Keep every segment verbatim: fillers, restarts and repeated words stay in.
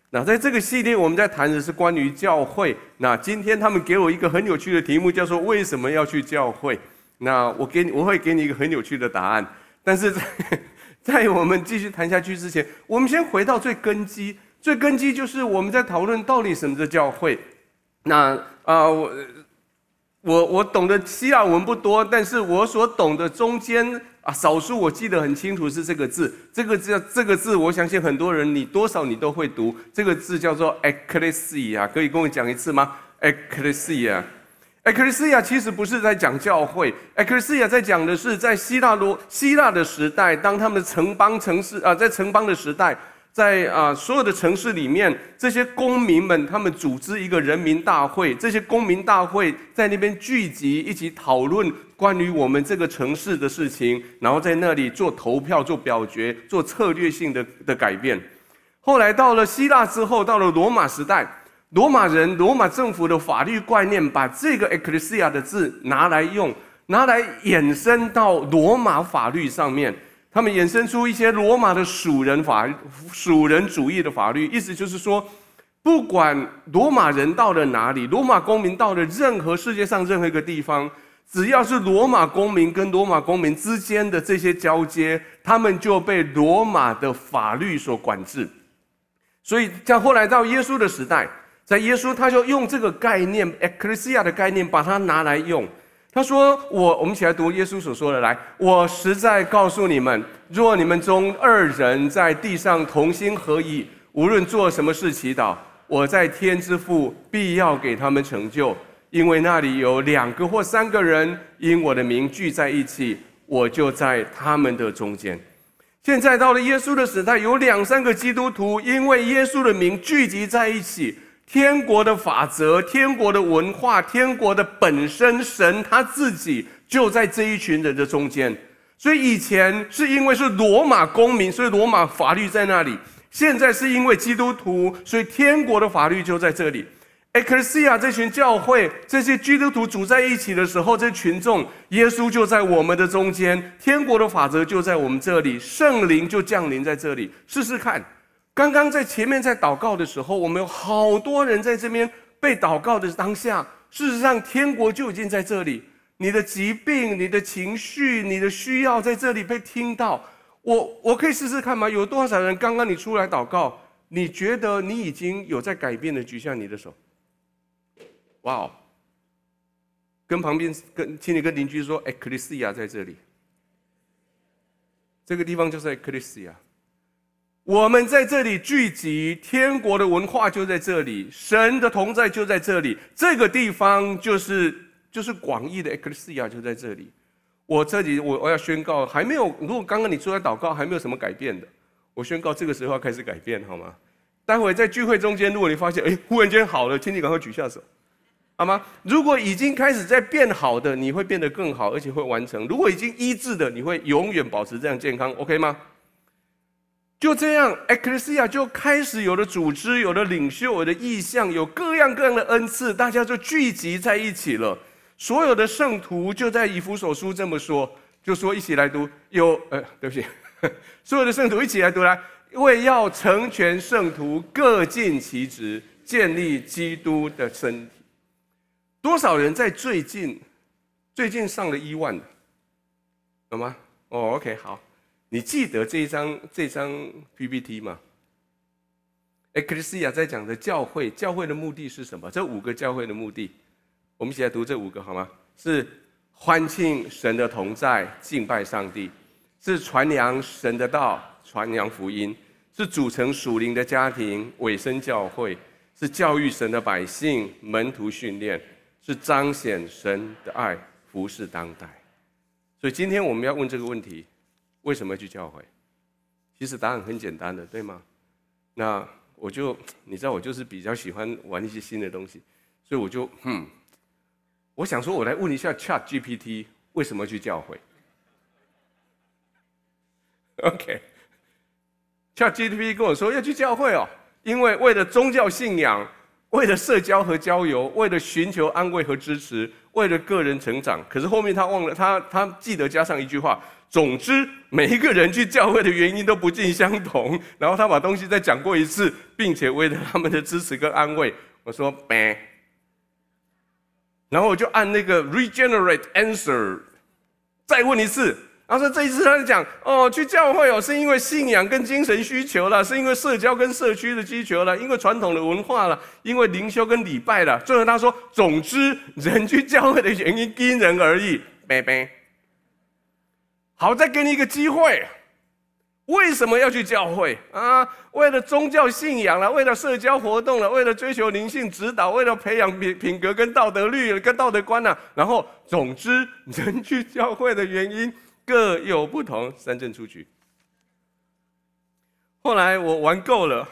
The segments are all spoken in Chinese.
那在这个系列，我们在谈的是关于教会。那今天他们给我一个很有趣的题目，叫做为什么要去教会？那我给你，我会给你一个很有趣的答案。但是在在我们继续谈下去之前，我们先回到最根基。最根基就是我们在讨论到底什么是教会。那啊、呃，我我我懂得希腊文不多，但是我所懂的中间啊，少数我记得很清楚是这个字。这个字这个字，我相信很多人你多少你都会读。这个字叫做 ekklesia， 可以跟我讲一次吗 ？ekklesia。ekklesia 其实不是在讲教会 ，ekklesia 在讲的是在希腊罗希腊的时代，当他们的城邦城市啊，在城邦的时代，在啊所有的城市里面，这些公民们他们组织一个人民大会，这些公民大会在那边聚集，一起讨论关于我们这个城市的事情，然后在那里做投票、做表决、做策略性的的改变。后来到了希腊之后，到了罗马时代。罗马人、罗马政府的法律观念，把这个 ekklesia 的字拿来用，拿来衍生到罗马法律上面。他们衍生出一些罗马的属人法、属人主义的法律，意思就是说，不管罗马人到了哪里，罗马公民到了任何世界上任何一个地方，只要是罗马公民跟罗马公民之间的这些交接，他们就被罗马的法律所管制。所以，在后来到耶稣的时代。在耶稣，他就用这个概念 ekklesia 的概念，把它拿来用。他说：“我，我们一起来读耶稣所说的。来，我实在告诉你们，若你们中二人在地上同心合意，无论做什么事祈祷，我在天之父必要给他们成就。因为那里有两个或三个人因我的名聚在一起，我就在他们的中间。”现在到了耶稣的时代，有两三个基督徒因为耶稣的名聚集在一起。天国的法则、天国的文化、天国的本身，神他自己就在这一群人的中间。所以以前是因为是罗马公民，所以罗马法律在那里；现在是因为基督徒，所以天国的法律就在这里。ekklesia 这群教会、这些基督徒组在一起的时候，这群众，耶稣就在我们的中间，天国的法则就在我们这里，圣灵就降临在这里。试试看。刚刚在前面在祷告的时候，我们有好多人在这边被祷告的当下，事实上天国就已经在这里。你的疾病、你的情绪、你的需要在这里被听到。我我可以试试看吗？有多少人刚刚你出来祷告，你觉得你已经有在改变的？举下你的手。哇哦！跟旁边跟请你跟邻居说 ekklesia 在这里，这个地方就是 ekklesia。我们在这里聚集，天国的文化就在这里，神的同在就在这里。这个地方就是就是广义的 ekklesia 就在这里。我这里我我要宣告，还没有，如果刚刚你出来祷告还没有什么改变的，我宣告这个时候要开始改变，好吗？待会在聚会中间，如果你发现哎忽然间好了，请你赶快举下手，好吗？如果已经开始在变好的，你会变得更好，而且会完成；如果已经医治的，你会永远保持这样健康 ，OK 吗？就这样 ekklesia 就开始有了组织，有了领袖，有了意向，有各样各样的恩赐，大家就聚集在一起了。所有的圣徒就在以弗所书这么说，就说一起来读，有呃，对不起，所有的圣徒一起来读来，为要成全圣徒，各尽其职，建立基督的身体。多少人在最近最近上了一万的，有吗？哦 ，OK， 好。你记得这一张这张 P P T 吗 ？ekklesia 在讲的教会，教会的目的是什么？这五个教会的目的，我们一起来读这五个好吗？是欢庆神的同在，敬拜上帝；是传扬神的道，传扬福音；是组成属灵的家庭，委身教会；是教育神的百姓，门徒训练；是彰显神的爱，服侍当代。所以今天我们要问这个问题。为什么要去教会？其实答案很简单的，对吗？那我就你知道，我就是比较喜欢玩一些新的东西，所以我就嗯，我想说，我来问一下 Chat G P T 为什么去教会 ？OK，Chat G P T 跟我说要去教会哦，因为为了宗教信仰为了社交和交友，为了寻求安慰和支持，为了个人成长。可是后面他忘了，他他记得加上一句话：总之，每一个人去教会的原因都不尽相同。然后他把东西再讲过一次，并且为了他们的支持跟安慰，我说呗。然后我就按那个 regenerate answer， 再问一次。然后说这一次他就讲哦，去教会哦，是因为信仰跟精神需求啦，是因为社交跟社区的需求啦，因为传统的文化啦，因为灵修跟礼拜啦。最后他说，总之人去教会的原因因人而异。拜拜。好，再给你一个机会，为什么要去教会啊？为了宗教信仰啦，为了社交活动啦，为了追求灵性指导，为了培养品品格跟道德律跟道德观啦。然后，总之人去教会的原因各有不同，三证出局。后来我玩够了，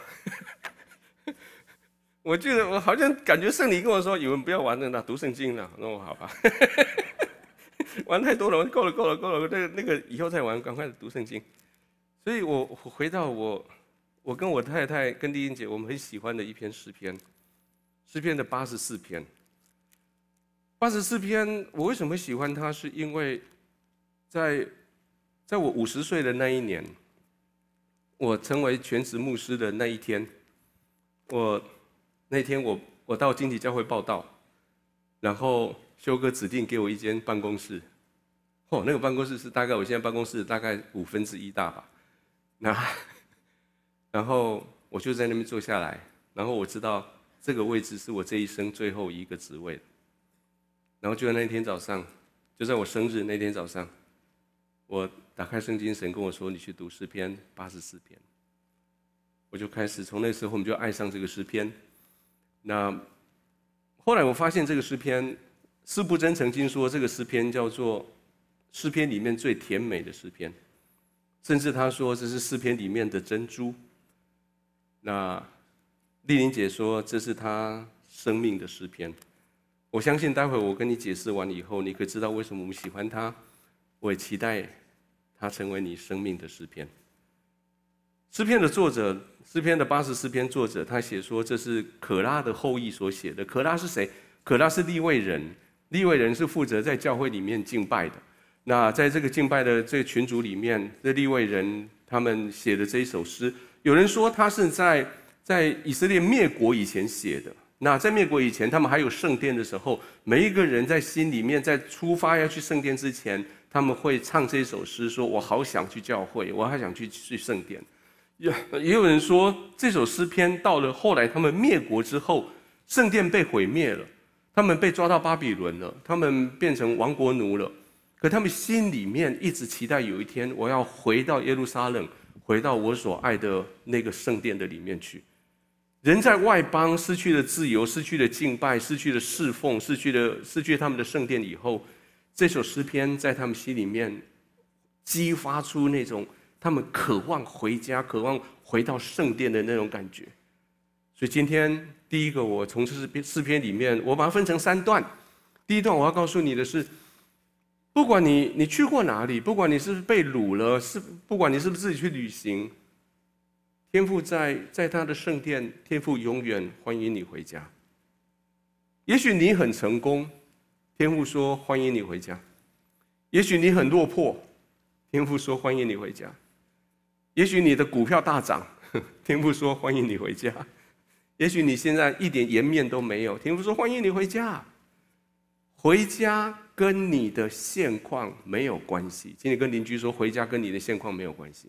我记得我好像感觉圣灵跟我说：“你们不要玩了，读圣经了。”那我好吧，玩太多了，够了，够了，够了，那个那个以后再玩，赶快读圣经。所以我回到我，我跟我太太跟丽英姐，我们很喜欢的一篇诗篇，诗篇的八十四篇。八十四篇，我为什么喜欢它？是因为在在我五十岁的那一年，我成为全职牧师的那一天，我那天我我到金体教会报道，然后修哥指定给我一间办公室，哦，那个办公室是大概我现在办公室大概五分之一大吧，那然后我就在那边坐下来，然后我知道这个位置是我这一生最后一个职位，然后就在那天早上，就在我生日那天早上。我打开圣经，神跟我说：“你去读诗篇八十四篇。”我就开始从那时候我们就爱上这个诗篇。那后来我发现这个诗篇，司布真曾经说这个诗篇叫做诗篇里面最甜美的诗篇，甚至他说这是诗篇里面的珍珠。那丽玲姐说这是她生命的诗篇。我相信待会我跟你解释完以后，你可以知道为什么我们喜欢它。我也期待它成为你生命的诗篇。诗篇的作者，诗篇的八十四篇作者，他写说这是可拉的后裔所写的。可拉是谁？可拉是利未人，利未人是负责在教会里面敬拜的。那在这个敬拜的这个群组里面，这利未人他们写的这一首诗，有人说他是在在以色列灭国以前写的。那在灭国以前，他们还有圣殿的时候，每一个人在心里面，在出发要去圣殿之前，他们会唱这首诗，说：“我好想去教会，我好想去去圣殿。”也也有人说，这首诗篇到了后来他们灭国之后，圣殿被毁灭了，他们被抓到巴比伦了，他们变成亡国奴了。可他们心里面一直期待有一天，我要回到耶路撒冷，回到我所爱的那个圣殿的里面去。人在外邦失去了自由，失去了敬拜，失去了侍奉，失去了失去了他们的圣殿以后，这首诗篇在他们心里面激发出那种他们渴望回家、渴望回到圣殿的那种感觉。所以今天第一个，我从这诗篇里面，我把它分成三段。第一段我要告诉你的是，不管你你去过哪里，不管你是不是被掳了，是不管你是不是自己去旅行，天父在在他的圣殿，天父永远欢迎你回家。也许你很成功，天父说欢迎你回家；也许你很落魄，天父说欢迎你回家；也许你的股票大涨，天父说欢迎你回家；也许你现在一点颜面都没有，天父说欢迎你回家。回家跟你的现况没有关系。今天跟邻居说，回家跟你的现况没有关系。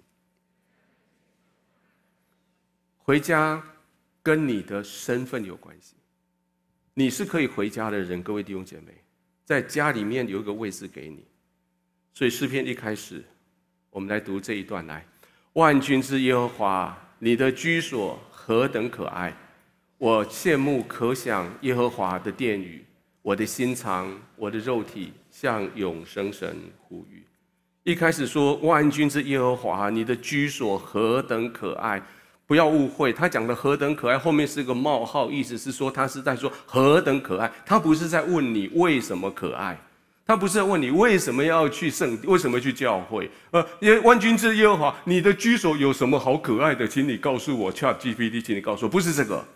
回家跟你的身份有关系，你是可以回家的人，各位弟兄姐妹，在家里面有一个位置给你。所以诗篇一开始，我们来读这一段来：万军之耶和华，你的居所何等可爱！我羡慕可想耶和华的殿宇，我的心肠，我的肉体向永生神呼吁。一开始说万军之耶和华，你的居所何等可爱！不要误会，他讲的何等可爱，后面是个冒号，意思是说他是在说何等可爱，他不是在问你为什么可爱，他不是在问你为什么要去圣，为什么去教会。呃，万军之耶和华，你的居所有什么好可爱的？请你告诉我 ，ChatGPT， 请你告诉我，不是这个。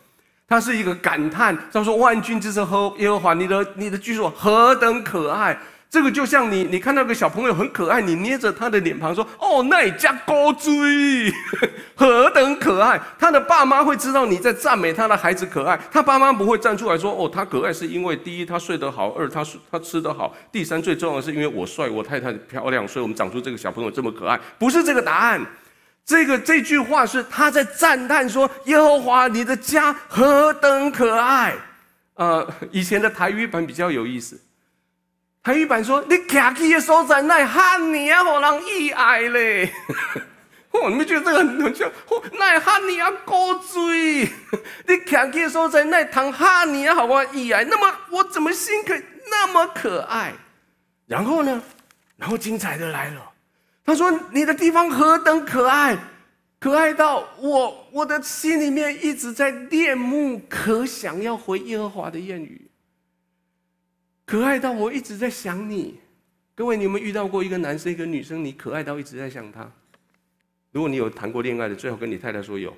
它是一个感叹。他说：“万军之神和耶和华，你的你的居所何等可爱！”这个就像你，你看到个小朋友很可爱，你捏着他的脸庞说：“哦，那你家高追，何等可爱！”他的爸妈会知道你在赞美他的孩子可爱，他爸妈不会站出来说：“哦，他可爱是因为第一他睡得好，二他他吃得好，第三最重要的是因为我帅，我太太漂亮，所以我们长出这个小朋友这么可爱。”不是这个答案，这个这句话是他在赞叹说：“耶和华，你的家何等可爱！”呃，以前的台语版比较有意思。台语版说：“你徛去的所在，那哈尼啊，让人意爱嘞。”哦，你们觉得这个很很像？哦，那哈尼啊，高追，你徛去的所在，那堂哈尼啊，好我意爱。那么我怎么心可以那么可爱？然后呢？然后精彩的来了。他说：“你的地方何等可爱，可爱到我我的心里面一直在恋慕，可想要回耶和华的谚语。”可爱到我一直在想你，各位，你有没有遇到过一个男生一个女生，你可爱到一直在想他？如果你有谈过恋爱的，最好跟你太太说有。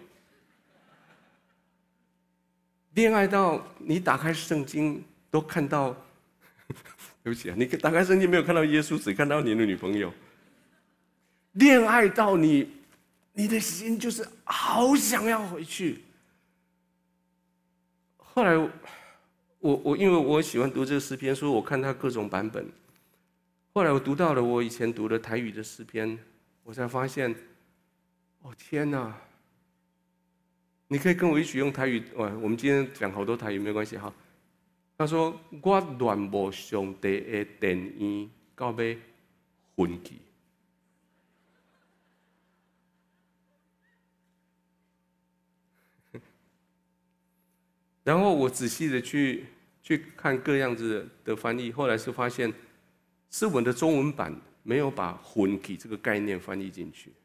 恋爱到你打开圣经都看到，对不起啊，你打开圣经没有看到耶稣，只看到你的女朋友。恋爱到你，你的心就是好想要回去。后来。我我因为我喜欢读这个诗篇，所以我看它各种版本。后来我读到了我以前读的台语的诗篇，我才发现，哦天哪！你可以跟我一起用台语，哇，我们今天讲好多台语没关系哈。他说：“我恋慕上帝的殿院，到要昏去。”然后我仔细的去去看各样子 的, 的翻译，后来是发现诗文的中文版没有把“魂体”这个概念翻译进去。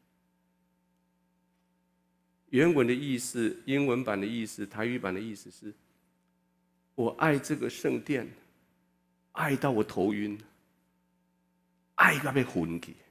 原文的意思，英文版的意思，台语版的意思是：我爱这个圣殿，爱到我头晕，爱到被魂体。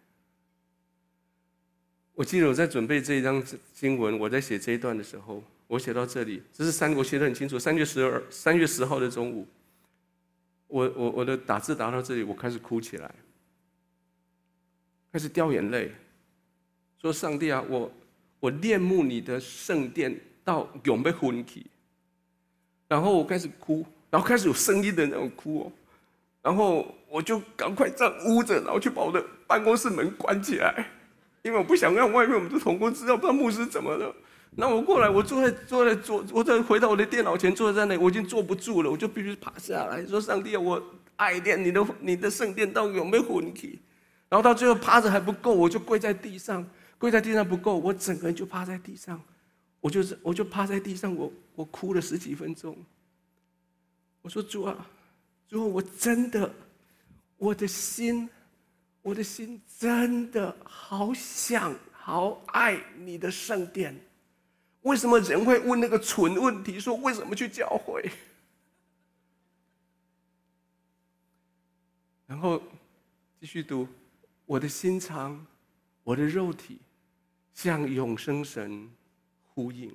我记得我在准备这一章经文，我在写这一段的时候。我写到这里，这是三，我写得很清楚。三月十二，三月十号的中午，我我我的打字打到这里，我开始哭起来，开始掉眼泪，说：“上帝啊，我我恋慕你的圣殿到永被昏去。”然后我开始哭，然后开始有声音的那种哭哦，然后我就赶快这样捂着，然后去把我的办公室门关起来，因为我不想让外面我们的同工知道，不知道牧师怎么了。那我过来，我坐在坐在坐，我再回到我的电脑前，坐在那里，我已经坐不住了，我就必须爬下来，说：“上帝啊，我爱恋你的你的圣殿到有没有昏去？”然后到最后趴着还不够，我就跪在地上，跪在地上不够，我整个人就趴在地上，我就是我就趴在地上，我我哭了十几分钟。我说：“主啊，主啊，我真的，我的心，我的心真的好想好爱你的圣殿。”为什么人会问那个蠢问题，说为什么去教会？然后继续读：我的心肠，我的肉体，向永生神呼应。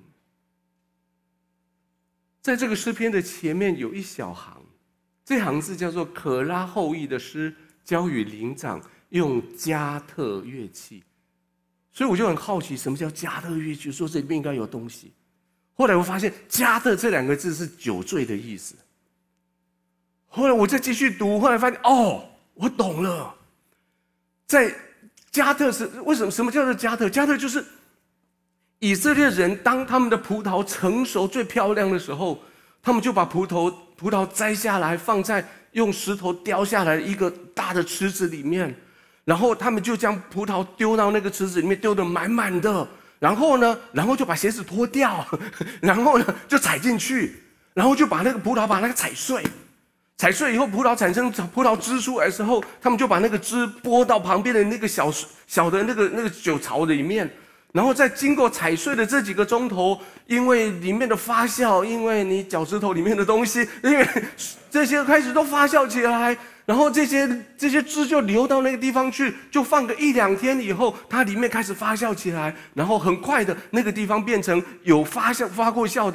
在这个诗篇的前面有一小行，这行字叫做可拉后裔的诗，交与灵长，用加特乐器。所以我就很好奇，什么叫加特乐器？说这里面应该有东西。后来我发现“加特”这两个字是酒醉的意思。后来我再继续读，后来发现哦，我懂了。在加特是为什么？什么叫做加特？加特就是以色列人当他们的葡萄成熟最漂亮的时候，他们就把葡萄葡萄摘下来，放在用石头雕下来一个大的池子里面。然后他们就将葡萄丢到那个池子里面，丢得满满的。然后呢，然后就把鞋子脱掉，然后呢就踩进去，然后就把那个葡萄把那个踩碎。踩碎以后，葡萄产生葡萄汁出来的时候，他们就把那个汁拨到旁边的那个小小的那个那个酒槽里面。然后再经过踩碎的这几个钟头，因为里面的发酵，因为你脚趾头里面的东西，因为这些开始都发酵起来。然后这些这些汁就流到那个地方去，就放个一两天以后，它里面开始发酵起来，然后很快的那个地方变成有发酵发过酵的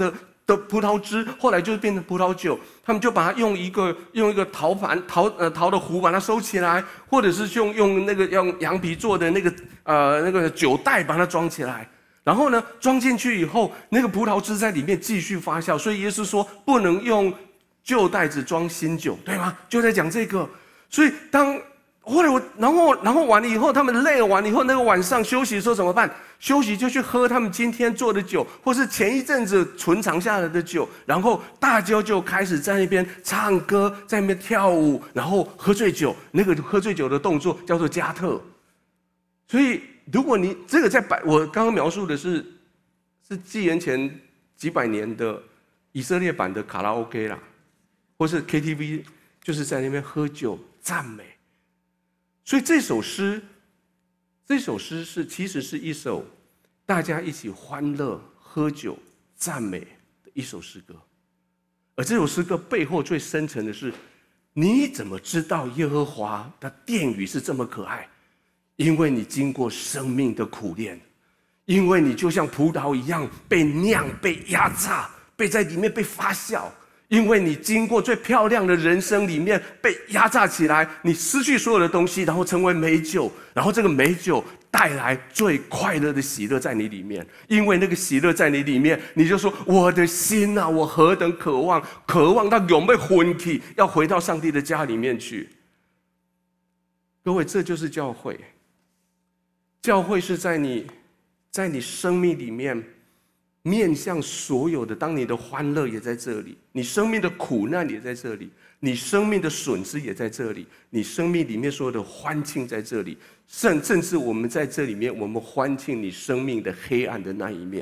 的葡萄汁，后来就变成葡萄酒，他们就把它用一个用一个陶盘陶呃陶的壶把它收起来，或者是用用那个用羊皮做的那个呃那个酒袋把它装起来，然后呢装进去以后，那个葡萄汁在里面继续发酵，所以耶稣说不能用旧袋子装新酒，对吗？就在讲这个，所以当。后来我，然后，然后完了以后，他们累了完了以后，那个晚上休息的时候怎么办？休息就去喝他们今天做的酒，或是前一阵子存藏下来的酒，然后大家就开始在那边唱歌，在那边跳舞，然后喝醉酒。那个喝醉酒的动作叫做加特。所以，如果你这个在百，我刚刚描述的是是纪元前几百年的以色列版的卡拉 OK 啦，或是 K T V， 就是在那边喝酒赞美。所以这首诗，这首诗是其实是一首大家一起欢乐、喝酒、赞美的一首诗歌。而这首诗歌背后最深层的是，你怎么知道耶和华的殿宇是这么可爱？因为你经过生命的苦练，因为你就像葡萄一样被酿、被压榨、被在里面被发酵。因为你经过最漂亮的人生里面被压榨起来，你失去所有的东西，然后成为美酒，然后这个美酒带来最快乐的喜乐在你里面。因为那个喜乐在你里面，你就说我的心啊，我何等渴望，渴望到永被昏体，要回到上帝的家里面去。各位，这就是教会。教会是在你，在你生命里面。面向所有的，当你的欢乐也在这里，你生命的苦难也在这里，你生命的损失也在这里，你生命里面所有的欢庆在这里，甚甚至我们在这里面，我们欢庆你生命的黑暗的那一面。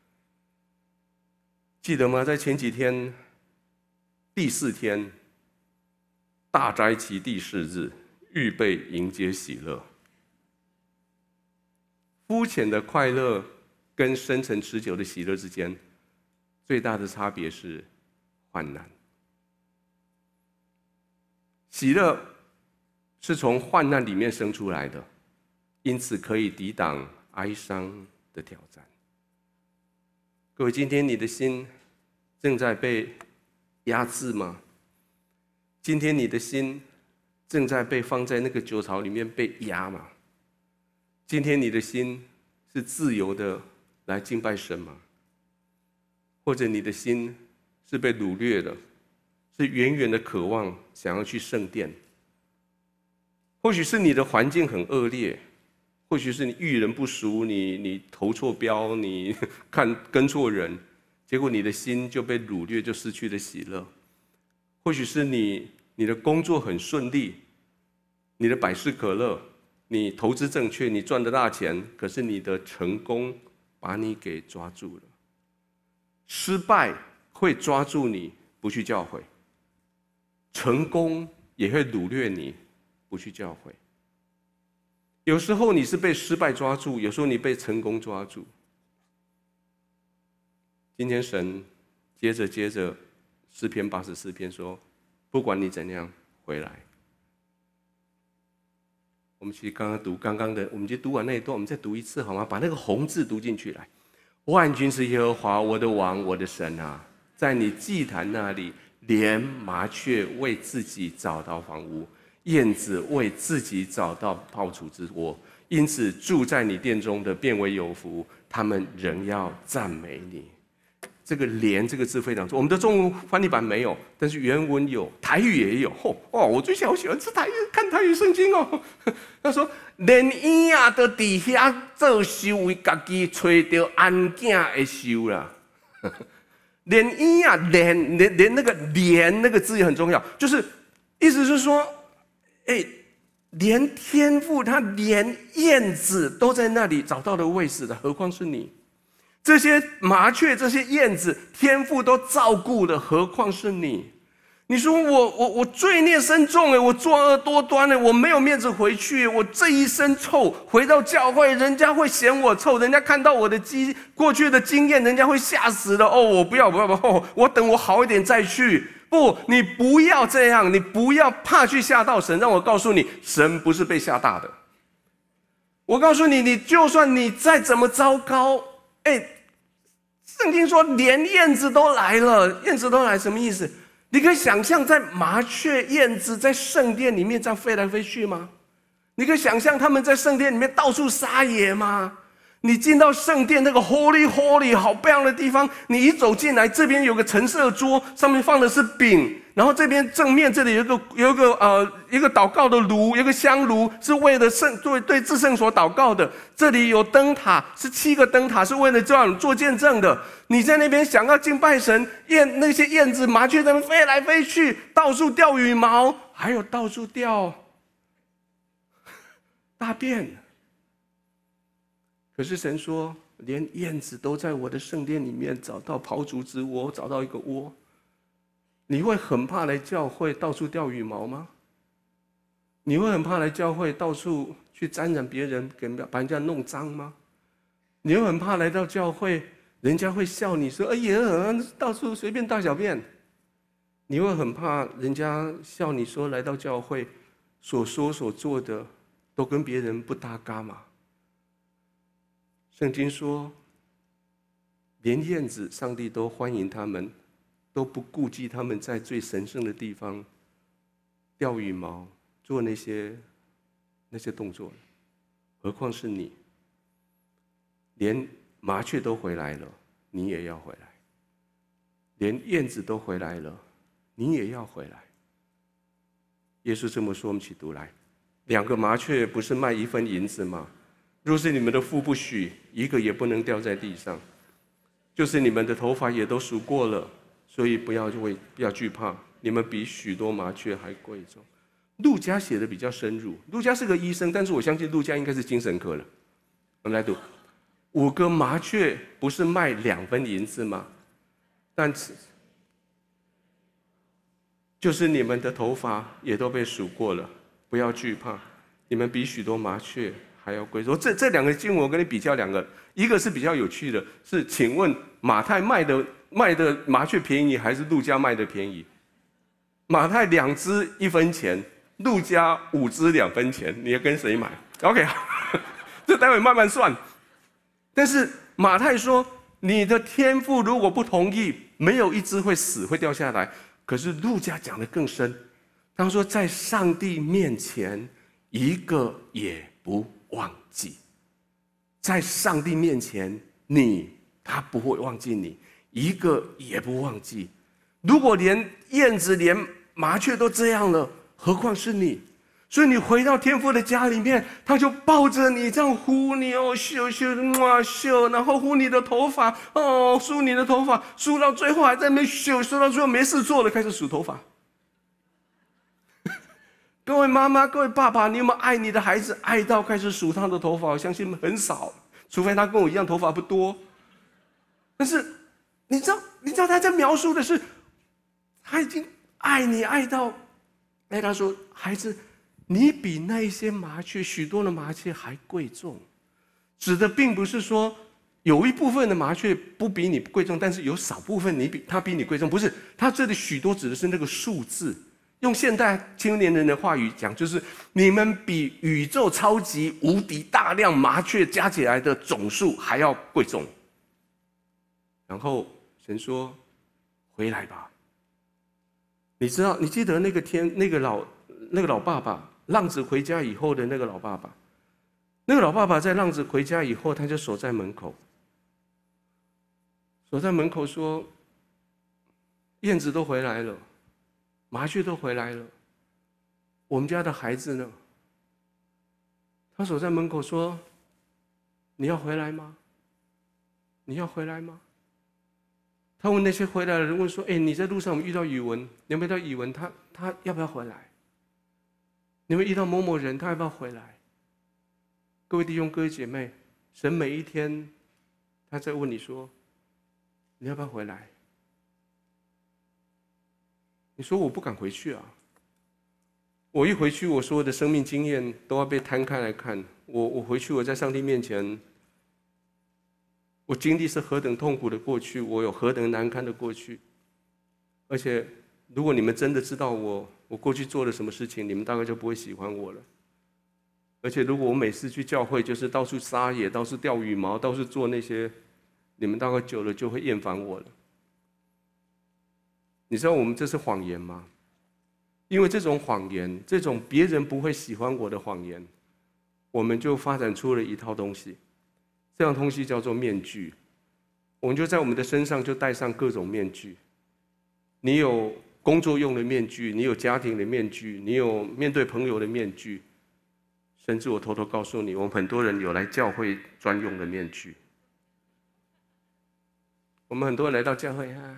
记得吗？在前几天，第四天，大斋期第四日，预备迎接喜乐。肤浅的快乐跟深层持久的喜乐之间，最大的差别是患难。喜乐是从患难里面生出来的，因此可以抵挡哀伤的挑战。各位，今天你的心正在被压制吗？今天你的心正在被放在那个酒槽里面被压吗？今天你的心是自由的来敬拜神吗？或者你的心是被掳掠的，是远远的渴望想要去圣殿？或许是你的环境很恶劣，或许是你遇人不淑，你你投错标，你看跟错人，结果你的心就被掳掠，就失去了喜乐。或许是你你的工作很顺利，你的百事可乐，你投资正确，你赚得大钱，可是你的成功把你给抓住了。失败会抓住你不去教会，成功也会掳掠你不去教会。有时候你是被失败抓住，有时候你被成功抓住。今天神接着接着诗篇八十四篇说，不管你怎样回来。我们其实刚刚读刚刚的，我们就读完那一段，我们再读一次好吗？把那个红字读进去来。万军之耶和华，我的王，我的神啊，在你祭坛那里，连麻雀为自己找到房屋，燕子为自己找到泡储之窝，因此住在你殿中的变为有福，他们仍要赞美你。这个连这个字非常重，我们的中文翻译版没有，但是原文有，台语也有。哦，我最好喜欢吃台语，看台语圣经哦。他说，连婴啊都伫遐做收，为家己找到安囝的收啦。连婴啊，连连连那个连那个字也很重要，就是意思是说，哎，连天父他连燕子都在那里找到了位置的，何况是你？这些麻雀、这些燕子，天父都照顾了，何况是你？你说我我我罪孽深重哎，我作恶多端哎，我没有面子回去，我这一身臭，回到教会，人家会嫌我臭，人家看到我的经过去的经验，人家会吓死了哦！我不要不要不要，我等我好一点再去。不，你不要这样，你不要怕去吓到神。让我告诉你，神不是被吓大的。我告诉你，你就算你再怎么糟糕。哎， 圣经说连燕子都来了，燕子都来什么意思？你可以想象在麻雀、燕子在圣殿里面这样飞来飞去吗？你可以想象他们在圣殿里面到处撒野吗？你进到圣殿那个 Holy Holy 好漂亮的地方，你一走进来，这边有个陈设桌，上面放的是饼，然后这边正面这里有一个有一个呃一个祷告的炉，有一个香炉，是为了圣对对至圣所祷告的。这里有灯塔，是七个灯塔，是为了这样做见证的。你在那边想要敬拜神，燕那些燕子、麻雀在那边飞来飞去，到处掉羽毛，还有到处掉大便。可是神说，连燕子都在我的圣殿里面找到刨竹之窝，找到一个窝。你会很怕来教会到处掉羽毛吗？你会很怕来教会到处去沾染别人，给把人家弄脏吗？你会很怕来到教会，人家会笑你说：“哎呀，到处随便大小便。”你会很怕人家笑你说来到教会所说所做的都跟别人不搭嘎吗？圣经说，连燕子，上帝都欢迎他们，都不顾忌他们在最神圣的地方掉羽毛，做那些那些动作，何况是你？连麻雀都回来了，你也要回来；连燕子都回来了，你也要回来。耶稣这么说，我们一起读来：两个麻雀不是卖一分银子吗？若是你们的父不许，一个也不能掉在地上。就是你们的头发也都数过了，所以不要为不要惧怕，你们比许多麻雀还贵重。路加写的比较深入，路加是个医生，但是我相信路加应该是精神科了。我们来读：五个麻雀不是卖两分银子吗？但是就是你们的头发也都被数过了，不要惧怕，你们比许多麻雀还要贵重。这这两个经文我跟你比较两个，一个是比较有趣的，是请问马太卖的卖的麻雀便宜还是路加卖的便宜？马太两只一分钱，路加五只两分钱，你要跟谁买 ？OK， 这待会慢慢算。但是马太说，你的天父如果不同意，没有一只会死会掉下来。可是路加讲得更深，他说在上帝面前，一个也不忘记。在上帝面前，你他不会忘记你，一个也不忘记。如果连燕子、连麻雀都这样了，何况是你？所以你回到天父的家里面，他就抱着你这样呼你哦，咻咻哇咻，然后呼你的头发哦，梳你的头发，梳到最后还在那边咻，梳到最后没事做了，开始数头发。各位妈妈、各位爸爸，你有没有爱你的孩子爱到开始数他的头发？我相信很少，除非他跟我一样头发不多。但是你知道，你知道他在描述的是，他已经爱你爱到，哎，他说孩子。你比那一些麻雀，许多的麻雀还贵重，指的并不是说有一部分的麻雀不比你贵重，但是有少部分你比它比你贵重，不是。它这里许多指的是那个数字，用现代青年人的话语讲，就是你们比宇宙超级无敌大量麻雀加起来的总数还要贵重。然后神说：“回来吧。”你知道，你记得那个天那个老那个老爸爸。浪子回家以后的那个老爸爸，那个老爸爸在浪子回家以后，他就守在门口，守在门口说：“燕子都回来了，麻雀都回来了，我们家的孩子呢？”他守在门口说：“你要回来吗？你要回来吗？”他问那些回来的人问说：“哎，你在路上我们遇到宇文，你有没有遇到宇文？他他要不要回来？”你们遇到某某人，他要不要回来？各位弟兄、各位姐妹，神每一天，他在问你说：“你要不要回来？”你说：“我不敢回去啊！我一回去，我所有的生命经验都要被摊开来看。我我回去，我在上帝面前，我经历是何等痛苦的过去，我有何等难堪的过去。而且，如果你们真的知道我，我过去做了什么事情，你们大概就不会喜欢我了。而且，如果我每次去教会，就是到处撒野，到处掉羽毛，到处做那些你们祷告久了就会厌烦我了。你知道我们这是谎言吗？因为这种谎言，这种别人不会喜欢我的谎言，我们就发展出了一套东西，这样东西叫做面具。我们就在我们的身上就戴上各种面具。你有工作用的面具，你有家庭的面具，你有面对朋友的面具，甚至我偷偷告诉你，我们很多人有来教会专用的面具。我们很多人来到教会啊，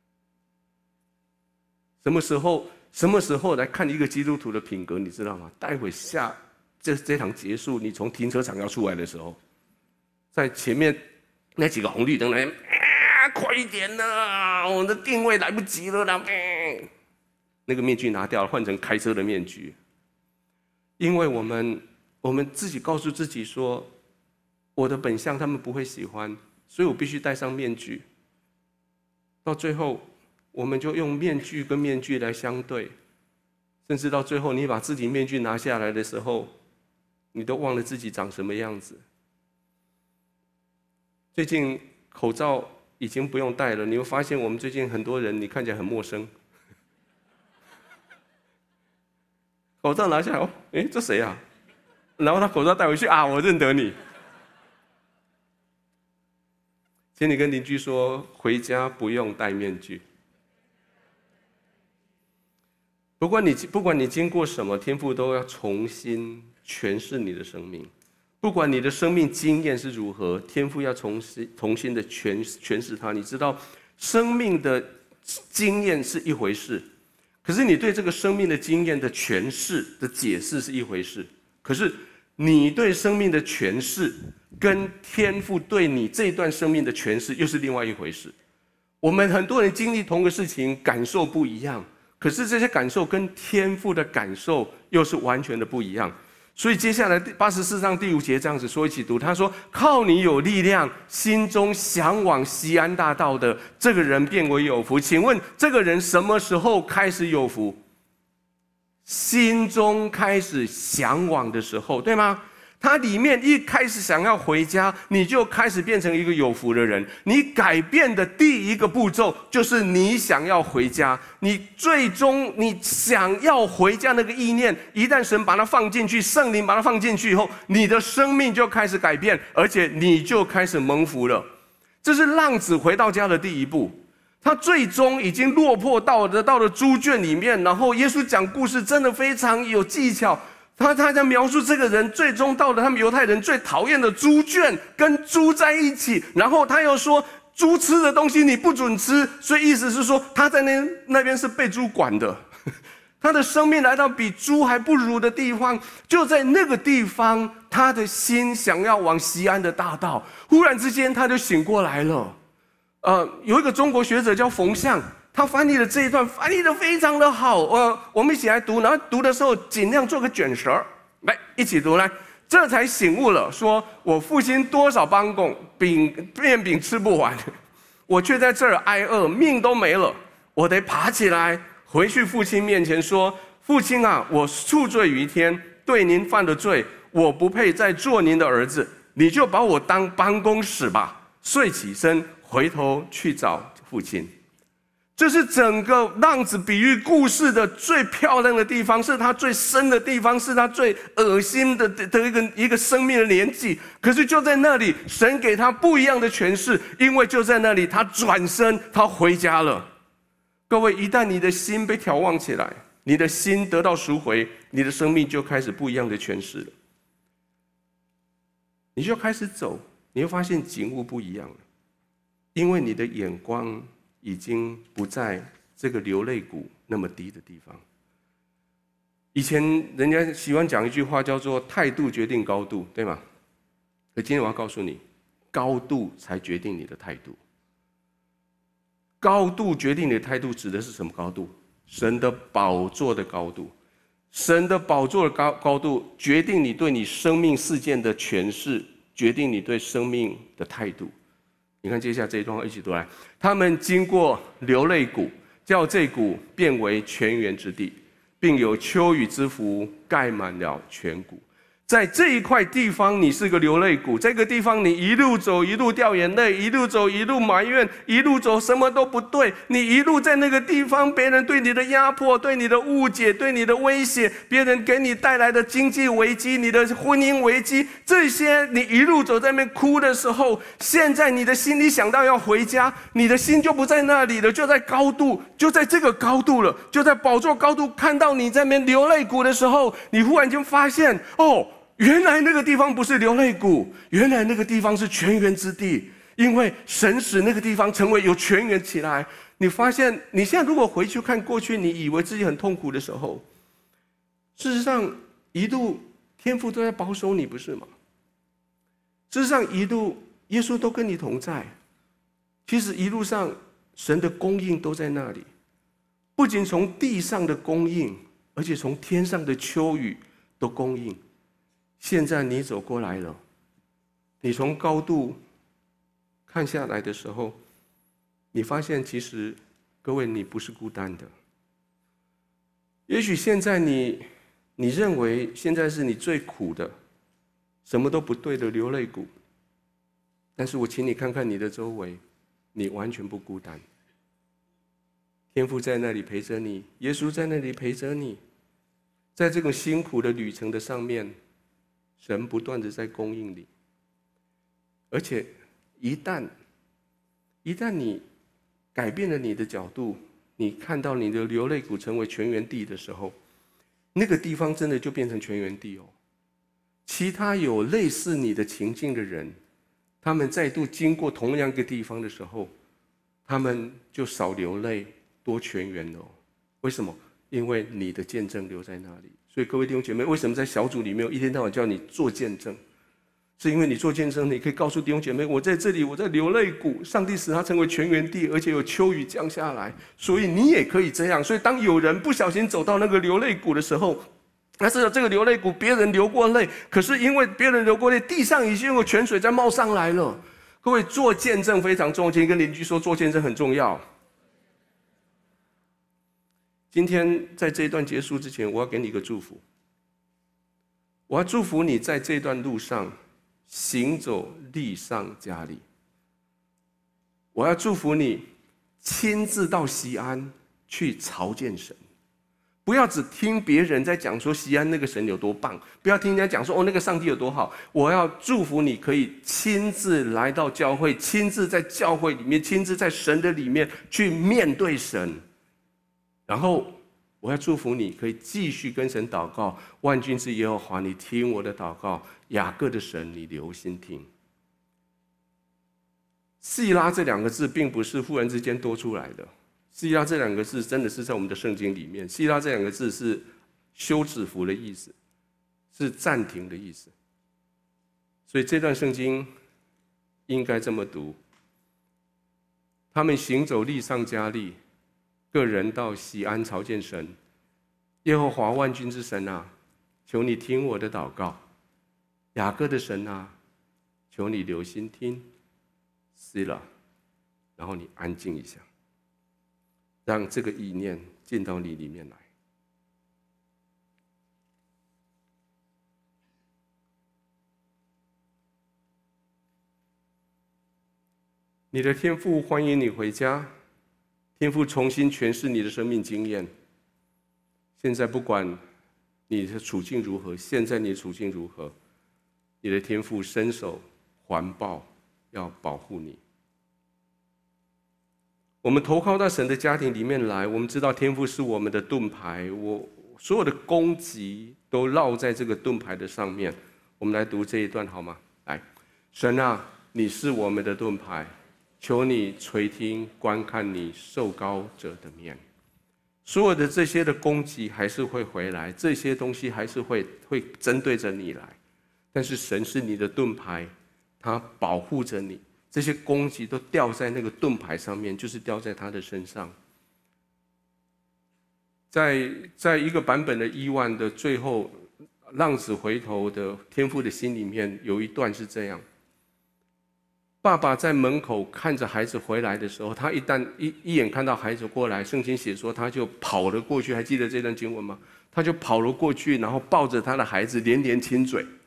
什么时候什么时候来看一个基督徒的品格，你知道吗？待会下这这场结束，你从停车场要出来的时候，在前面那几个红绿灯来，啊，快一点啦！我的定位来不及了啦！那个面具拿掉了，换成开车的面具。因为我们我们自己告诉自己说，我的本相他们不会喜欢，所以我必须戴上面具。到最后，我们就用面具跟面具来相对，甚至到最后，你把自己面具拿下来的时候，你都忘了自己长什么样子。最近口罩已经不用戴了，你会发现我们最近很多人，你看起来很陌生。口罩拿下来，哦，哎，这谁啊？然后他口罩戴回去啊，我认得你。请你跟邻居说，回家不用戴面具。不管你不管你经过什么，天父都要重新诠释你的生命。不管你的生命经验是如何，天父要重新重新的诠诠释它。你知道，生命的经验是一回事，可是你对这个生命的经验的诠释的解释是一回事。可是你对生命的诠释，跟天父对你这段生命的诠释又是另外一回事。我们很多人经历同个事情，感受不一样，可是这些感受跟天父的感受又是完全的不一样。所以接下来八十四章第五节这样子说，一起读。他说：“靠你有力量，心中向往锡安大道的这个人变为有福。”请问这个人什么时候开始有福？心中开始向往的时候，对吗？他里面一开始想要回家，你就开始变成一个有福的人。你改变的第一个步骤就是你想要回家。你最终你想要回家那个意念，一旦神把它放进去，圣灵把它放进去以后，你的生命就开始改变，而且你就开始蒙福了。这是浪子回到家的第一步。他最终已经落魄到了到了猪圈里面，然后耶稣讲故事真的非常有技巧。他他在描述这个人最终到了他们犹太人最讨厌的猪圈，跟猪在一起。然后他又说，猪吃的东西你不准吃，所以意思是说他在那那边是被猪管的。他的生命来到比猪还不如的地方，就在那个地方，他的心想要往锡安的大道，忽然之间他就醒过来了。呃，有一个中国学者叫冯象，他翻译的这一段翻译的非常的好。呃，我们一起来读，然后读的时候尽量做个卷舌，来一起读来。这才醒悟了，说我父亲多少帮工，饼面饼吃不完，我却在这儿挨饿，命都没了，我得爬起来回去父亲面前说：父亲啊，我处罪于天，对您犯了罪，我不配再做您的儿子，你就把我当帮工使吧。睡起身，回头去找父亲。这是整个浪子比喻故事的最漂亮的地方，是他最深的地方，是他最恶心的的一个一个生命的年纪。可是就在那里，神给他不一样的诠释，因为就在那里，他转身，他回家了。各位，一旦你的心被眺望起来，你的心得到赎回，你的生命就开始不一样的诠释了。你就开始走，你会发现景物不一样了，因为你的眼光已经不在这个流泪谷那么低的地方。以前人家喜欢讲一句话叫做态度决定高度，对吗？可今天我要告诉你，高度才决定你的态度。高度决定你的态度指的是什么高度？神的宝座的高度。神的宝座的高高度决定你对你生命事件的诠释，决定你对生命的态度。你看接下来这一段话一起读来。他们经过流泪谷，叫这谷变为泉源之地，并有秋雨之福盖满了全谷。 在这一块地方，你是个流泪谷。这个地方，你一路走，一路掉眼泪，一路走，一路埋怨，一路走，什么都不对。你一路在那个地方，别人对你的压迫，对你的误解，对你的威胁，别人给你带来的经济危机，你的婚姻危机，这些你一路走在那边哭的时候，现在你的心里想到要回家，你的心就不在那里了，就在高度，就在这个高度了，就在宝座高度。看到你在那边流泪谷的时候，你忽然间发现，哦。原来那个地方不是流泪谷，原来那个地方是泉源之地，因为神使那个地方成为有泉源起来。你发现，你现在如果回去看过去，你以为自己很痛苦的时候，事实上一路天父都在保守你，不是吗？事实上一路耶稣都跟你同在，其实一路上神的供应都在那里，不仅从地上的供应，而且从天上的秋雨都供应。现在你走过来了，你从高度看下来的时候，你发现其实各位你不是孤单的。也许现在你你认为现在是你最苦的，什么都不对的流泪谷，但是我请你看看你的周围，你完全不孤单。天父在那里陪着你，耶稣在那里陪着你，在这种辛苦的旅程的上面，神不断的在供应你。而且一旦一旦你改变了你的角度，你看到你的流泪谷成为泉源地的时候，那个地方真的就变成泉源地哦。其他有类似你的情境的人，他们再度经过同样一个地方的时候，他们就少流泪，多泉源了哦。为什么？因为你的见证留在那里。所以各位弟兄姐妹，为什么在小组里面一天到晚叫你做见证？是因为你做见证，你可以告诉弟兄姐妹，我在这里，我在流泪谷，上帝使它成为泉源地，而且有秋雨降下来，所以你也可以这样。所以当有人不小心走到那个流泪谷的时候，但是这个流泪谷别人流过泪，可是因为别人流过泪，地上已经有泉水在冒上来了。各位，做见证非常重要，今天跟邻居说，做见证很重要。今天在这一段结束之前，我要给你一个祝福。我要祝福你在这段路上行走力上加力。我要祝福你亲自到西安去朝见神，不要只听别人在讲说西安那个神有多棒，不要听人家讲说哦那个上帝有多好。我要祝福你可以亲自来到教会，亲自在教会里面，亲自在神的里面去面对神。然后我要祝福你可以继续跟神祷告，万军之耶和华，你听我的祷告，雅各的神，你留心听。细拉这两个字并不是忽然之间多出来的，细拉这两个字真的是在我们的圣经里面。细拉这两个字是休止符的意思，是暂停的意思。所以这段圣经应该这么读：他们行走力上加力，个人到西安朝见神。耶和华万军之神啊，求你听我的祷告。雅各的神啊，求你留心听。是了，然后你安静一下，让这个意念进到你里面来。你的天父欢迎你回家，天父重新诠释你的生命经验。现在不管你的处境如何，现在你的处境如何，你的天父伸手环抱，要保护你。我们投靠到神的家庭里面来，我们知道天父是我们的盾牌，我所有的攻击都绕在这个盾牌的上面。我们来读这一段好吗？来，神啊，你是我们的盾牌，求你垂听观看你受膏者的面。所有的这些的攻击还是会回来，这些东西还是会会针对着你来，但是神是你的盾牌，他保护着你，这些攻击都掉在那个盾牌上面，就是掉在他的身上。在在一个版本的伊万的最后，浪子回头的天父的心里面有一段是这样：爸爸在门口看着孩子回来的时候，他一旦一一眼看到孩子过来，圣经写说他就跑了过去，还记得这段经文吗？他就跑了过去，然后抱着他的孩子连连亲嘴。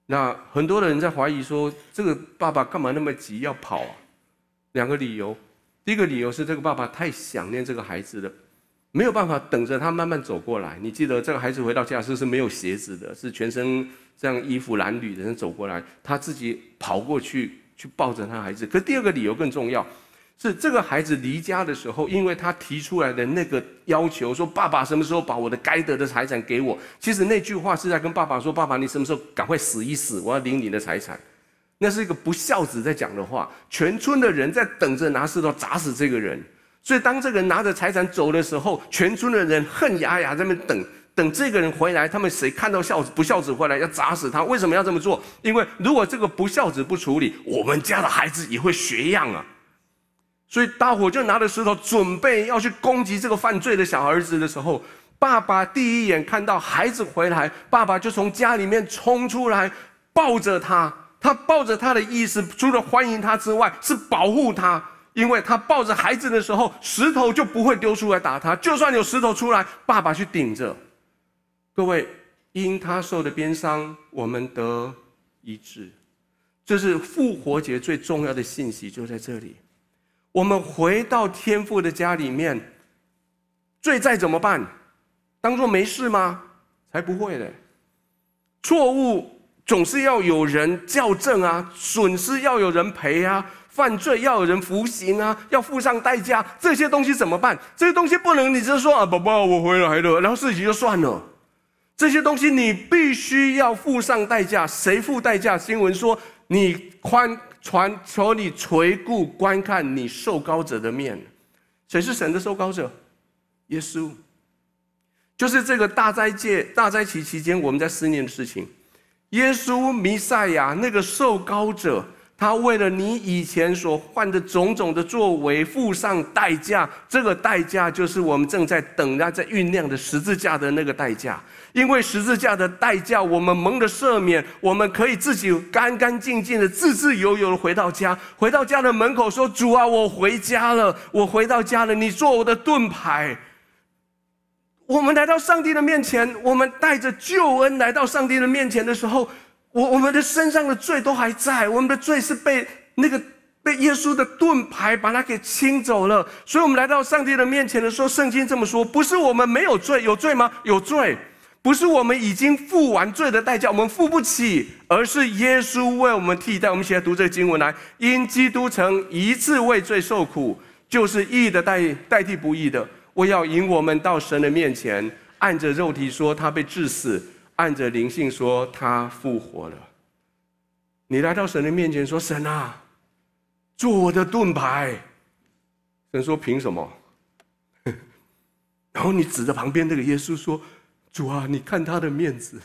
那很多人在怀疑说，这个爸爸干嘛那么急要跑啊？两个理由，第一个理由是这个爸爸太想念这个孩子了，没有办法等着他慢慢走过来。你记得这个孩子回到家是是没有鞋子的，是全身这样衣服褴褛的人走过来，他自己跑过去去抱着他孩子。可第二个理由更重要，是这个孩子离家的时候，因为他提出来的那个要求，说爸爸什么时候把我的该得的财产给我？其实那句话是在跟爸爸说，爸爸你什么时候赶快死一死，我要领你的财产。那是一个不孝子在讲的话，全村的人在等着拿石头砸死这个人。所以当这个人拿着财产走的时候，全村的人恨牙牙在那边等，等这个人回来，他们谁看到孝子不孝子回来要砸死他？为什么要这么做？因为如果这个不孝子不处理，我们家的孩子也会学样啊。所以大伙就拿着石头准备要去攻击这个犯罪的小儿子的时候，爸爸第一眼看到孩子回来，爸爸就从家里面冲出来抱着他。他抱着他的意思，除了欢迎他之外，是保护他。因为他抱着孩子的时候，石头就不会丢出来打他，就算有石头出来，爸爸去顶着。各位，因他受的鞭伤，我们得医治。这是复活节最重要的信息，就在这里。我们回到天父的家里面，罪债怎么办？当作没事吗？才不会嘞！错误总是要有人校正啊，损失要有人赔啊，犯罪要有人服刑啊，要付上代价。这些东西怎么办？这些东西不能你就说啊，宝宝我回来了，然后事情就算了。这些东西你必须要付上代价。谁付代价？经文说，你宽传求你垂顾观看你受膏者的面。谁是神的受膏者？耶稣。就是这个大灾界大灾期期间，我们在思念的事情。耶稣弥赛亚那个受膏者，他为了你以前所犯的种种的作为付上代价，这个代价就是我们正在等待在酝酿的十字架的那个代价。因为十字架的代价，我们蒙了赦免，我们可以自己干干净净的自自由由的回到家，回到家的门口说，主啊，我回家了，我回到家了，你做我的盾牌。我们来到上帝的面前，我们带着救恩来到上帝的面前的时候，我我们的身上的罪都还在，我们的罪是被那个被耶稣的盾牌把它给清走了。所以我们来到上帝的面前的时候，圣经这么说，不是我们没有罪，有罪吗？有罪。不是我们已经付完罪的代价，我们付不起，而是耶稣为我们替代。我们一起来读这个经文来，因基督曾一次为罪受苦，就是义的代代替不义的，为要引我们到神的面前。按着肉体说他被治死，按着灵性说他复活了。你来到神的面前说，神啊，做我的盾牌。神说凭什么？然后你指着旁边那个耶稣说，主啊，你看他的面子，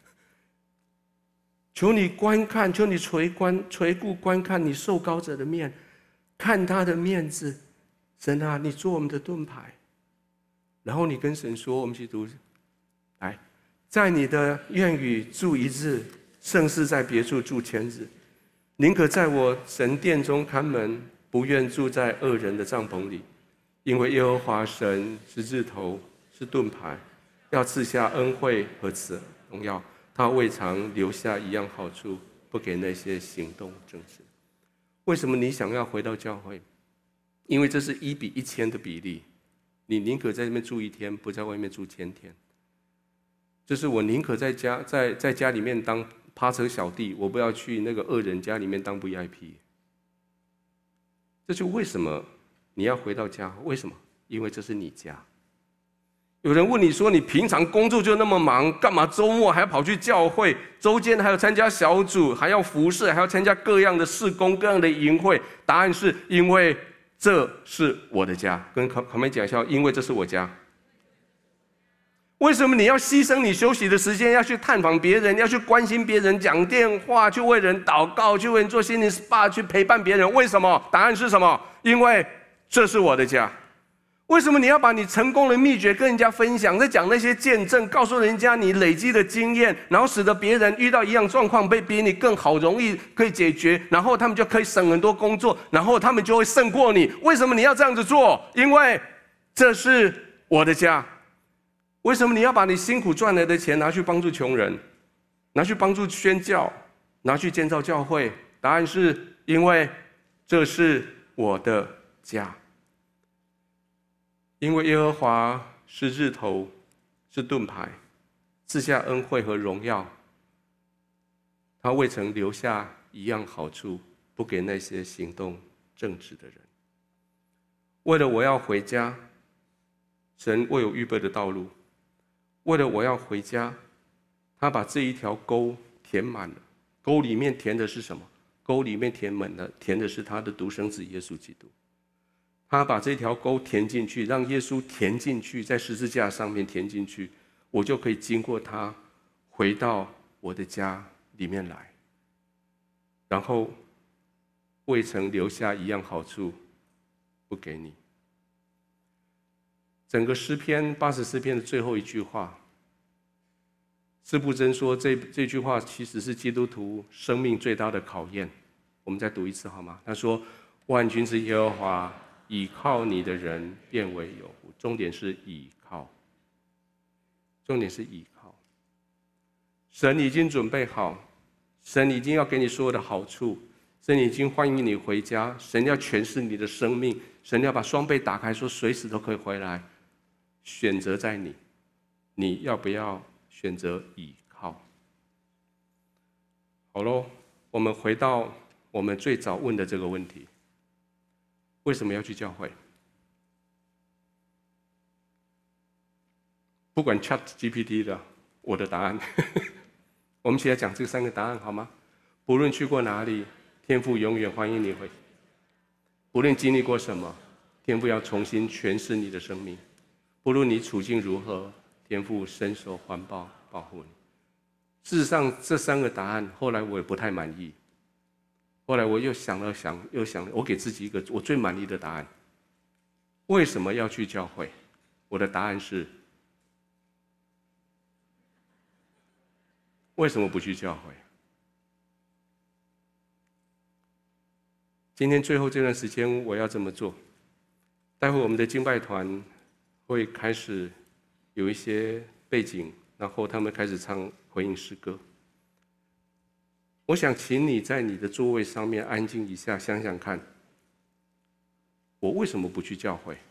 求你观看，求你垂观垂顾观看你受膏者的面，看他的面子。神啊，你做我们的盾牌。然后你跟神说，我们去读，来，在你的院宇住一日，胜似在别处住千日。宁可在我神殿中看门，不愿住在恶人的帐篷里。因为耶和华神是日头，是盾牌，要赐下恩惠和慈荣耀，他未尝留下一样好处，不给那些行动正直。为什么你想要回到教会？因为这是一比一千的比例，你宁可在这边住一天，不在外面住千天。这是我宁可在家在在家里面当趴车小弟，我不要去那个恶人家里面当 V I P。这就为什么你要回到家？为什么？因为这是你家。有人问你说，你平常工作就那么忙，干嘛周末还要跑去教会？周间还要参加小组，还要服侍，还要参加各样的事工、各样的营会。答案是因为这是我的家。跟旁边讲一下，因为这是我家。为什么你要牺牲你休息的时间，要去探访别人，要去关心别人，讲电话，去为人祷告，去为人做心灵 S P A， 去陪伴别人？为什么？答案是什么？因为这是我的家。为什么你要把你成功的秘诀跟人家分享，在讲那些见证，告诉人家你累积的经验，然后使得别人遇到一样状况被比你更好，容易可以解决，然后他们就可以省很多工作，然后他们就会胜过你？为什么你要这样子做？因为这是我的家。为什么你要把你辛苦赚来的钱拿去帮助穷人，拿去帮助宣教， 拿去建造教会？答案是因为这是我的家。因为耶和华是日头，是盾牌，赐下恩惠和荣耀，他未曾留下一样好处不给那些行动正直的人。为了我要回家，神为我预备的道路。为了我要回家，他把这一条沟填满了。沟里面填的是什么？沟里面填满了，填的是他的独生子耶稣基督。他把这条沟填进去，让耶稣填进去，在十字架上面填进去，我就可以经过他回到我的家里面来。然后未曾留下一样好处不给你。整个诗篇八十四篇的最后一句话，司布真说这这句话其实是基督徒生命最大的考验。我们再读一次好吗？他说：“万军之耶和华，倚靠你的人变为有福。”重点是倚靠，重点是倚靠。神已经准备好，神已经要给你所有的好处，神已经欢迎你回家，神要诠释你的生命，神要把双臂打开，说随时都可以回来。选择在你，你要不要选择倚靠？好咯，我们回到我们最早问的这个问题：为什么要去教会？不管 Chat G P T 的，我的答案，我们一起来讲这三个答案好吗？不论去过哪里，天父永远欢迎你回。不论经历过什么，天父要重新诠释你的生命。不论你处境如何，天父伸手环抱保护你。事实上，这三个答案后来我也不太满意。后来我又想了想，又想了，我给自己一个我最满意的答案。为什么要去教会？我的答案是：为什么不去教会？今天最后这段时间我要这么做。待会我们的敬拜团会开始有一些背景，然后他们开始唱回应诗歌。我想请你在你的座位上面安静一下，想想看，我为什么不去教会？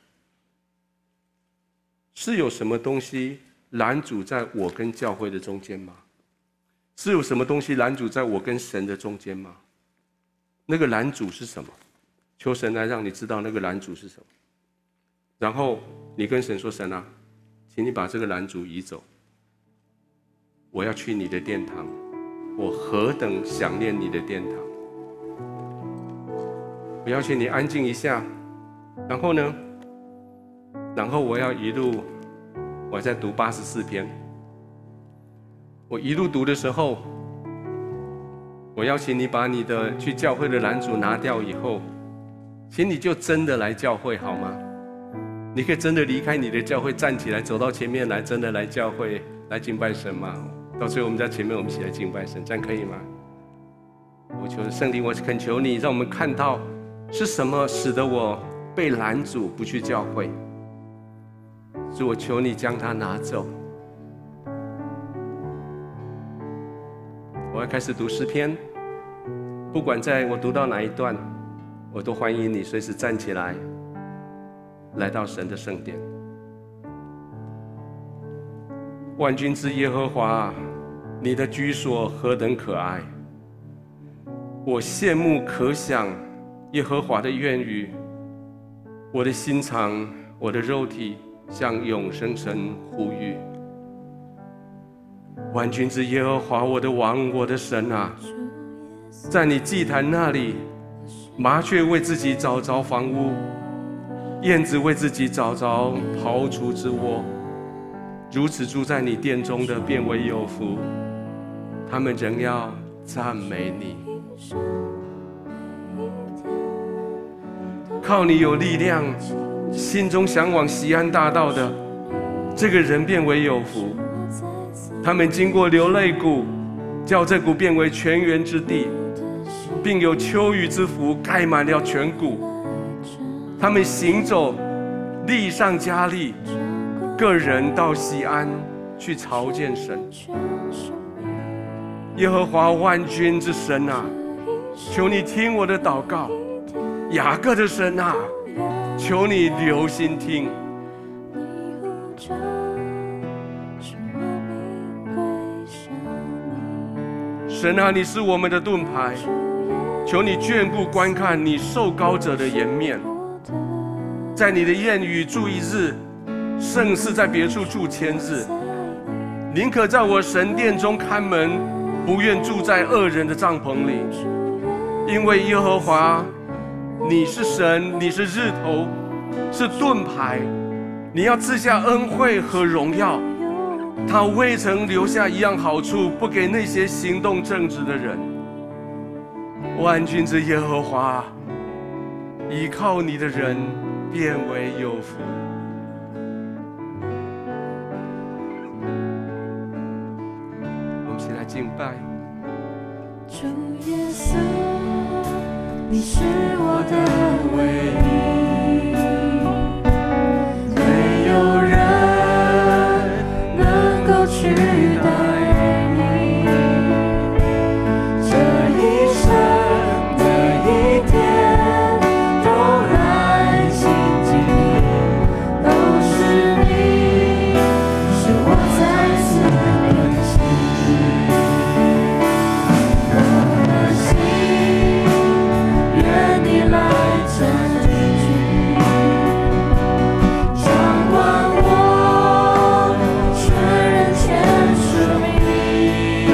是有什么东西拦阻在我跟教会的中间吗？是有什么东西拦阻在我跟神的中间吗？那个拦阻是什么？求神来让你知道那个拦阻是什么。然后你跟神说：神啊，请你把这个拦阻移走，我要去你的殿堂，我何等想念你的殿堂。我要请你安静一下，然后呢，然后我要一路，我在读八十四篇，我一路读的时候，我邀请你把你的去教会的拦阻拿掉以后，请你就真的来教会好吗？你可以真的离开你的教会，站起来走到前面来，真的来教会来敬拜神吗？到最后我们在前面，我们一起来敬拜神，这样可以吗？我求圣灵，我恳求你，让我们看到是什么使得我被拦阻不去教会。主，我求你将它拿走。我要开始读诗篇，不管在我读到哪一段，我都欢迎你随时站起来，来到神的圣殿。万军之耶和华，你的居所何等可爱！我羡慕可想耶和华的愿语，我的心肠，我的肉体向永生神呼吁。万军之耶和华，我的王，我的神啊，在你祭坛那里，麻雀为自己找着房屋，燕子为自己找着刨除之窝。如此住在你殿中的，变为有福，他们仍要赞美你。靠你有力量，心中向往锡安大道的，这个人变为有福。他们经过流泪谷，叫这谷变为泉源之地，并有秋雨之福盖满了全谷。他们行走，力上加力，个人到锡安去朝见神。 耶和华万军之神啊，求你听我的祷告；雅各的神啊，求你留心听。神啊，你是我们的盾牌，求你眷顾观看你受膏者的颜面。在你的言语住一日，胜似在别处住千日。宁可在我神殿中看门，不愿住在恶人的帐篷里。因为耶和华，你是神，你是日头，是盾牌，你要赐下恩惠和荣耀。他未曾留下一样好处不给那些行动正直的人。万军之耶和华，依靠你的人变为有福。我们一起来敬拜。 主耶稣，你是我的唯一，没有人能够取代你。这一生的一天都来亲近你，都是你，是我再次更新。我的心愿你来占据，掌管我，确认全生命。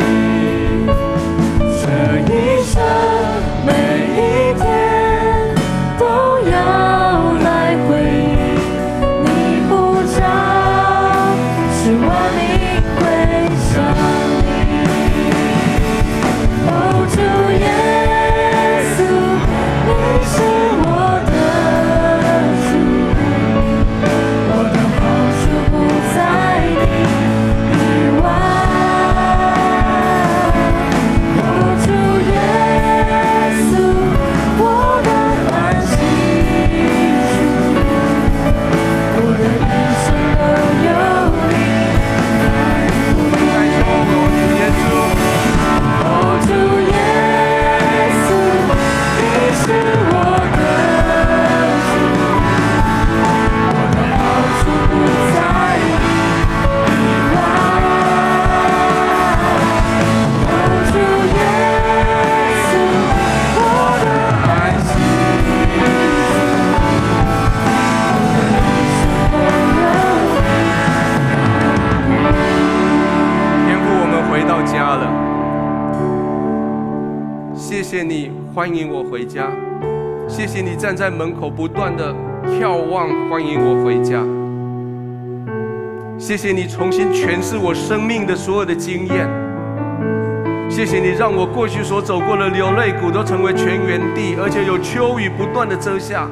这一生每一天都要来回应你呼召，使我灵归向你。哦，主耶稣，你是我的主，我的好处不在你以外。哦，主耶稣，我的安息主，我的一生都有你来感谢我们主耶稣。 哦，主耶稣，你是我的主，我的好处不在你以外。哦，主耶稣，我的安息主，我的一生都有你。 天父，我们回到家了，谢谢你欢迎我回家，谢谢你站在门口不断的眺望欢迎我回家，谢谢你重新诠释我生命的所有的经验，谢谢你让我过去所走过的流泪谷都成为泉源地，而且有秋雨不断的遮下。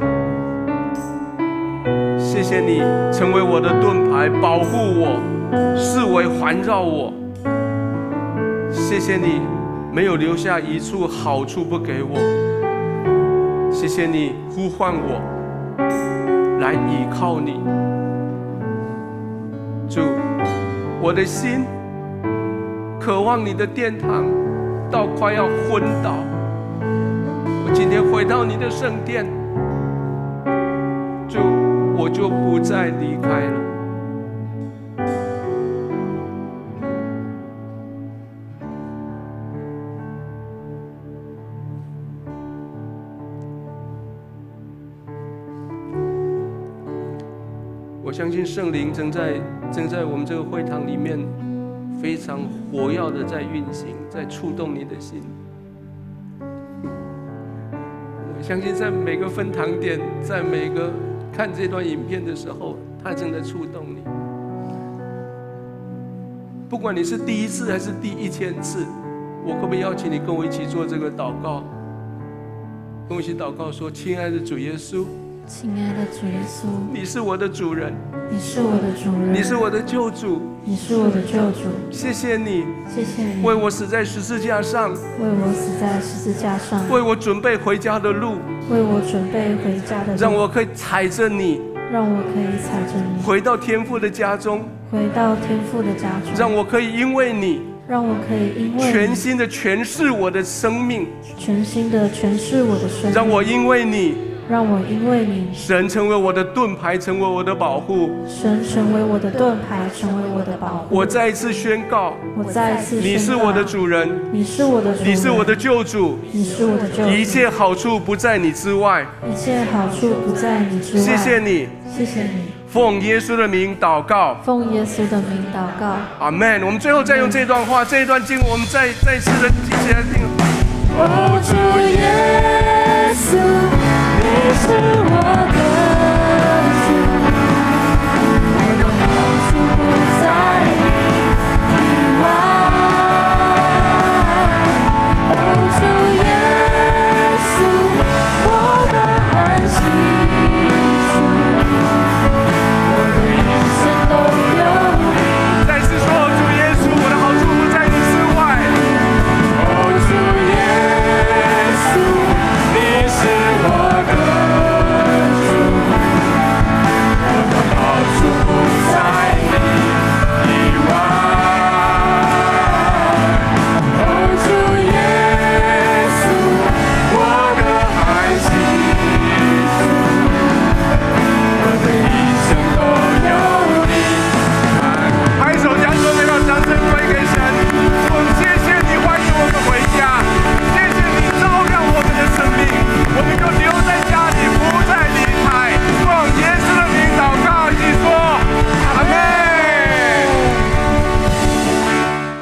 谢谢你成为我的盾牌，保护我，四围环绕我。谢谢你没有留下一处好处不给我。谢谢你呼唤我来依靠你。主，我的心渴望你的殿堂到快要昏倒。我今天回到你的圣殿，主，我就不再离开了。我相信圣灵正在正在我们这个会堂里面非常活跃的在运行，在触动你的心。我相信在每个分堂点，在每个看这段影片的时候，他正在触动你。不管你是第一次还是第一千次，我可不可以邀请你跟我一起做这个祷告？跟我一起祷告说：亲爱的主耶稣， 亲爱的主耶稣， 你是我的主人， 你是我的主人， 你是我的救主， 你是我的救主。 谢谢你， 谢谢你为我死在十字架上， 为我死在十字架上， 为我准备回家的路， 为我准备回家的路， 让我可以踩着你， 让我可以踩着你回到天父的家中， 回到天父的家中， 让我可以因为你， 让我可以因为你全心的诠释我的生命， 全心的诠释我的生命， 让我因为你， 让我因为你， 神成为我的盾牌，成为我的保护。 神成为我的盾牌，成为我的保护。 我再一次宣告， 我再一次宣告， 你是我的主人， 你是我的主人， 你是我的救主， 你是我的救主， 一切好处不在你之外。 一切好处不在你之外。 谢谢你， 谢谢你， 奉耶稣的名祷告， 奉耶稣的名祷告。 阿们。我们最后再用这段话，这一段经文，我们再再次的一起来听。 哦，主耶稣，你是我的